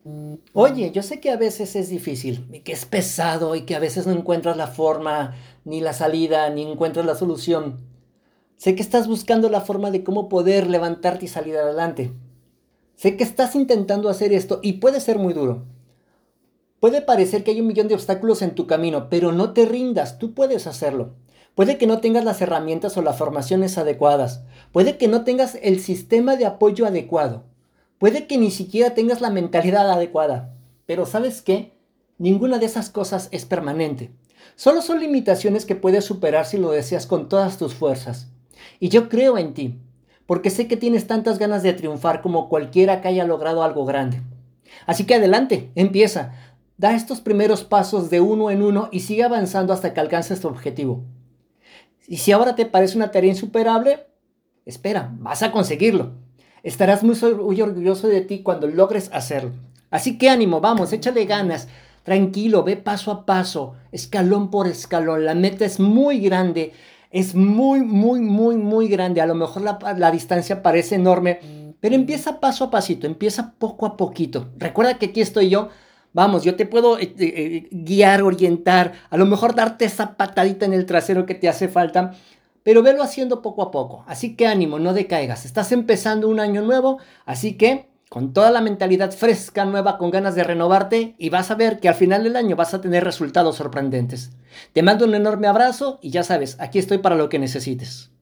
Oye, yo sé que a veces es difícil y que es pesado y que a veces no encuentras la forma, ni la salida, ni encuentras la solución. Sé que estás buscando la forma de cómo poder levantarte y salir adelante. Sé que estás intentando hacer esto y puede ser muy duro. Puede parecer que hay un millón de obstáculos en tu camino, pero no te rindas, tú puedes hacerlo. Puede que no tengas las herramientas o las formaciones adecuadas. Puede que no tengas el sistema de apoyo adecuado. Puede que ni siquiera tengas la mentalidad adecuada. Pero ¿sabes qué? Ninguna de esas cosas es permanente. Solo son limitaciones que puedes superar si lo deseas con todas tus fuerzas. Y yo creo en ti, porque sé que tienes tantas ganas de triunfar como cualquiera que haya logrado algo grande. Así que adelante, empieza. Da estos primeros pasos de uno en uno y sigue avanzando hasta que alcances tu objetivo. Y si ahora te parece una tarea insuperable, espera, vas a conseguirlo. Estarás muy orgulloso de ti cuando logres hacerlo. Así que ánimo, vamos, échale ganas. Tranquilo, ve paso a paso, escalón por escalón. La meta es muy grande, es muy grande. A lo mejor la distancia parece enorme, pero empieza paso a pasito, empieza poco a poquito. Recuerda que aquí estoy yo. Vamos, yo te puedo guiar, orientar, a lo mejor darte esa patadita en el trasero que te hace falta, pero velo haciendo poco a poco. Así que ánimo, no decaigas. Estás empezando un año nuevo, así que con toda la mentalidad fresca, nueva, con ganas de renovarte, y vas a ver que al final del año vas a tener resultados sorprendentes. Te mando un enorme abrazo y ya sabes, aquí estoy para lo que necesites.